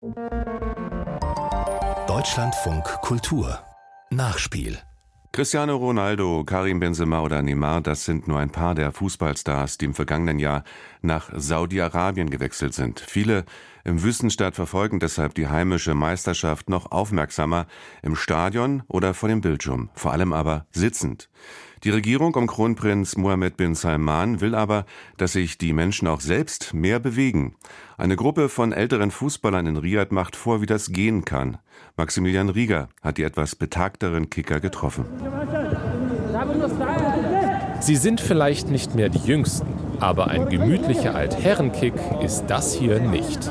Deutschlandfunk Kultur Nachspiel. Cristiano Ronaldo, Karim Benzema oder Neymar, das sind nur ein paar der Fußballstars, die im vergangenen Jahr nach Saudi-Arabien gewechselt sind. Viele im Wüstenstaat verfolgen deshalb die heimische Meisterschaft noch aufmerksamer im Stadion oder vor dem Bildschirm, vor allem aber sitzend. Die Regierung um Kronprinz Mohammed bin Salman will aber, dass sich die Menschen auch selbst mehr bewegen. Eine Gruppe von älteren Fußballern in Riad macht vor, wie das gehen kann. Maximilian Rieger hat die etwas betagteren Kicker getroffen. Sie sind vielleicht nicht mehr die Jüngsten, aber ein gemütlicher Altherrenkick ist das hier nicht.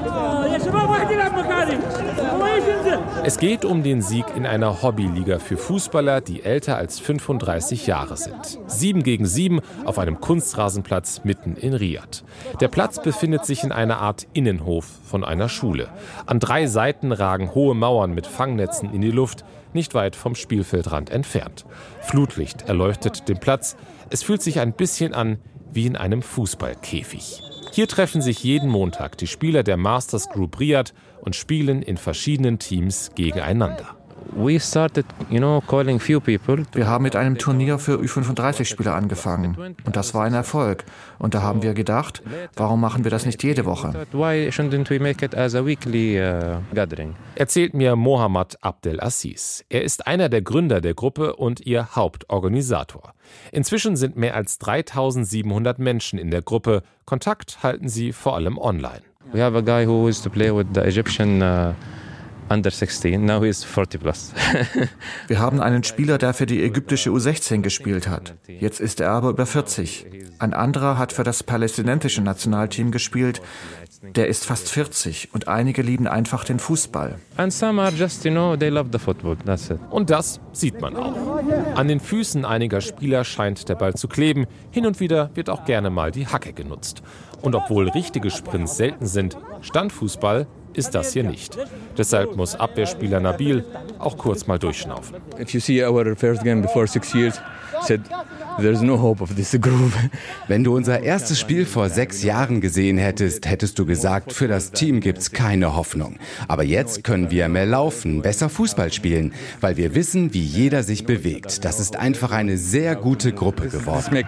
Es geht um den Sieg in einer Hobbyliga für Fußballer, die älter als 35 Jahre sind. 7 gegen 7 auf einem Kunstrasenplatz mitten in Riad. Der Platz befindet sich in einer Art Innenhof von einer Schule. An 3 Seiten ragen hohe Mauern mit Fangnetzen in die Luft, nicht weit vom Spielfeldrand entfernt. Flutlicht erleuchtet den Platz. Es fühlt sich ein bisschen an wie in einem Fußballkäfig. Hier treffen sich jeden Montag die Spieler der Masters Group Riad und spielen in verschiedenen Teams gegeneinander. Wir haben mit einem Turnier für Ü35-Spieler angefangen und das war ein Erfolg. Und da haben wir gedacht, warum machen wir das nicht jede Woche? Erzählt mir Mohammad Abdelaziz. Er ist einer der Gründer der Gruppe und ihr Hauptorganisator. Inzwischen sind mehr als 3700 Menschen in der Gruppe. Kontakt halten sie vor allem online. We have a guy who used to play with the Egyptian Under 16, now he is 40 plus. Wir haben einen Spieler, der für die ägyptische U16 gespielt hat. Jetzt ist er aber über 40. Ein anderer hat für das palästinensische Nationalteam gespielt. Der ist fast 40 und einige lieben einfach den Fußball. And some are just, they love the football. That's it. Und das sieht man auch. An den Füßen einiger Spieler scheint der Ball zu kleben. Hin und wieder wird auch gerne mal die Hacke genutzt. Und obwohl richtige Sprints selten sind, Standfußball ist das hier nicht. Deshalb muss Abwehrspieler Nabil auch kurz mal durchschnaufen. If you see our first game before 6 years, said there's no hope of this group. Wenn du unser erstes Spiel vor 6 Jahren gesehen hättest, hättest du gesagt, für das Team gibt's keine Hoffnung. Aber jetzt können wir mehr laufen, besser Fußball spielen, weil wir wissen, wie jeder sich bewegt. Das ist einfach eine sehr gute Gruppe geworden.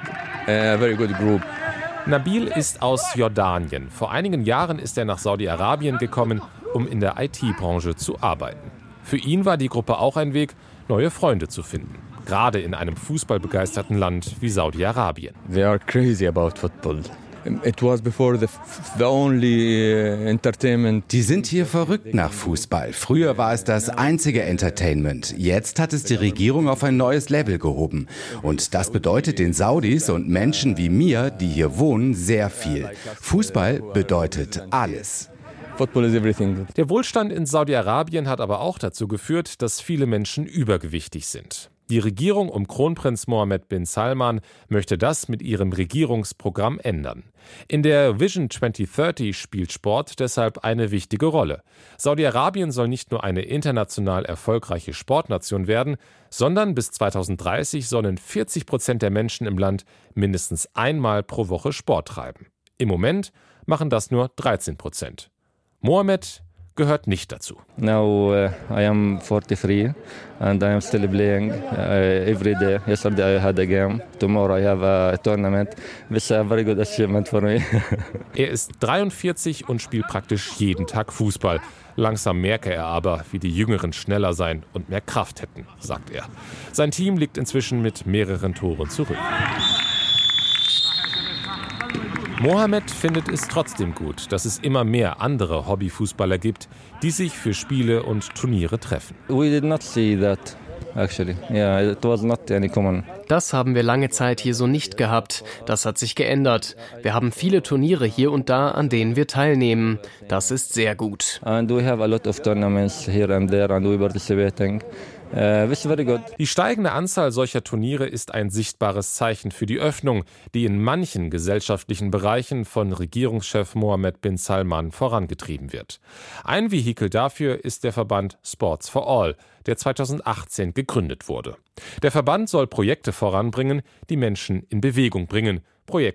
Nabil ist aus Jordanien. Vor einigen Jahren ist er nach Saudi-Arabien gekommen, um in der IT-Branche zu arbeiten. Für ihn war die Gruppe auch ein Weg, neue Freunde zu finden. Gerade in einem fußballbegeisterten Land wie Saudi-Arabien. They are crazy about football. It was before the only entertainment. Die sind hier verrückt nach Fußball. Früher war es das einzige Entertainment. Jetzt hat es die Regierung auf ein neues Level gehoben. Und das bedeutet den Saudis und Menschen wie mir, die hier wohnen, sehr viel. Fußball bedeutet alles. Football is everything. Der Wohlstand in Saudi-Arabien hat aber auch dazu geführt, dass viele Menschen übergewichtig sind. Die Regierung um Kronprinz Mohammed bin Salman möchte das mit ihrem Regierungsprogramm ändern. In der Vision 2030 spielt Sport deshalb eine wichtige Rolle. Saudi-Arabien soll nicht nur eine international erfolgreiche Sportnation werden, sondern bis 2030 sollen 40% der Menschen im Land mindestens einmal pro Woche Sport treiben. Im Moment machen das nur 13%. Mohammed gehört nicht dazu. Now I am 43 and I am still playing every day. Yesterday I had a game. Tomorrow I have a tournament. This is a very good achievement for me. Er ist 43 und spielt praktisch jeden Tag Fußball. Langsam merke er aber, wie die Jüngeren schneller sein und mehr Kraft hätten, sagt er. Sein Team liegt inzwischen mit mehreren Toren zurück. Mohammed findet es trotzdem gut, dass es immer mehr andere Hobbyfußballer gibt, die sich für Spiele und Turniere treffen. We did not see that. Actually, yeah, it was not any common. Das haben wir lange Zeit hier so nicht gehabt. Das hat sich geändert. Wir haben viele Turniere hier und da, an denen wir teilnehmen. Das ist sehr gut. And we have a lot of tournaments here and there and we participating. Die steigende Anzahl solcher Turniere ist ein sichtbares Zeichen für die Öffnung, die in manchen gesellschaftlichen Bereichen von Regierungschef Mohammed bin Salman vorangetrieben wird. Ein Vehikel dafür ist der Verband Sports for All, der 2018 gegründet wurde. Der Verband soll Projekte voranbringen, die Menschen in Bewegung bringen. Projekte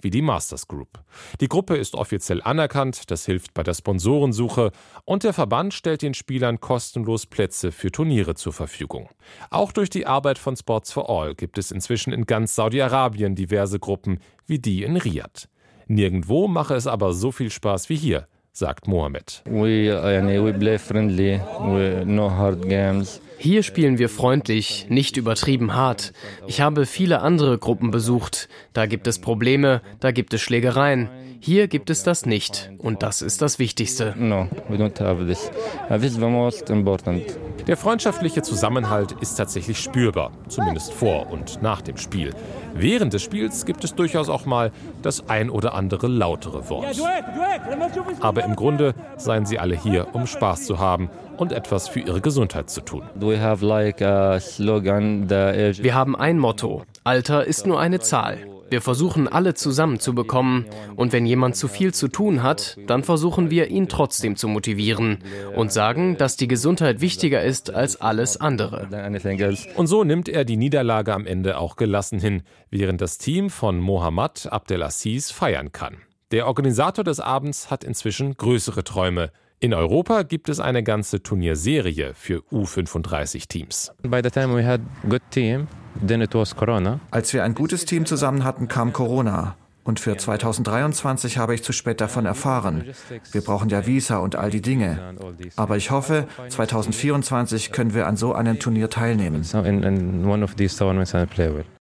wie die Masters Group. Die Gruppe ist offiziell anerkannt, das hilft bei der Sponsorensuche und der Verband stellt den Spielern kostenlos Plätze für Turniere zur Verfügung. Auch durch die Arbeit von Sports for All gibt es inzwischen in ganz Saudi-Arabien diverse Gruppen wie die in Riyadh. Nirgendwo mache es aber so viel Spaß wie hier, sagt Mohammed. We play friendly, no hard games. Hier spielen wir freundlich, nicht übertrieben hart. Ich habe viele andere Gruppen besucht. Da gibt es Probleme, da gibt es Schlägereien. Hier gibt es das nicht. Und das ist das Wichtigste. No, we don't have this. This is the most important. Der freundschaftliche Zusammenhalt ist tatsächlich spürbar, zumindest vor und nach dem Spiel. Während des Spiels gibt es durchaus auch mal das ein oder andere lautere Wort. Aber im Grunde seien sie alle hier, um Spaß zu haben und etwas für ihre Gesundheit zu tun. We have like a slogan, Wir haben ein Motto: Alter ist nur eine Zahl. Wir versuchen, alle zusammenzubekommen. Und wenn jemand zu viel zu tun hat, dann versuchen wir, ihn trotzdem zu motivieren und sagen, dass die Gesundheit wichtiger ist als alles andere. Und so nimmt er die Niederlage am Ende auch gelassen hin, während das Team von Mohammad Abdelaziz feiern kann. Der Organisator des Abends hat inzwischen größere Träume. In Europa gibt es eine ganze Turnierserie für U35-Teams. Als wir ein gutes Team zusammen hatten, kam Corona. Und für 2023 habe ich zu spät davon erfahren. Wir brauchen ja Visa und all die Dinge. Aber ich hoffe, 2024 können wir an so einem Turnier teilnehmen.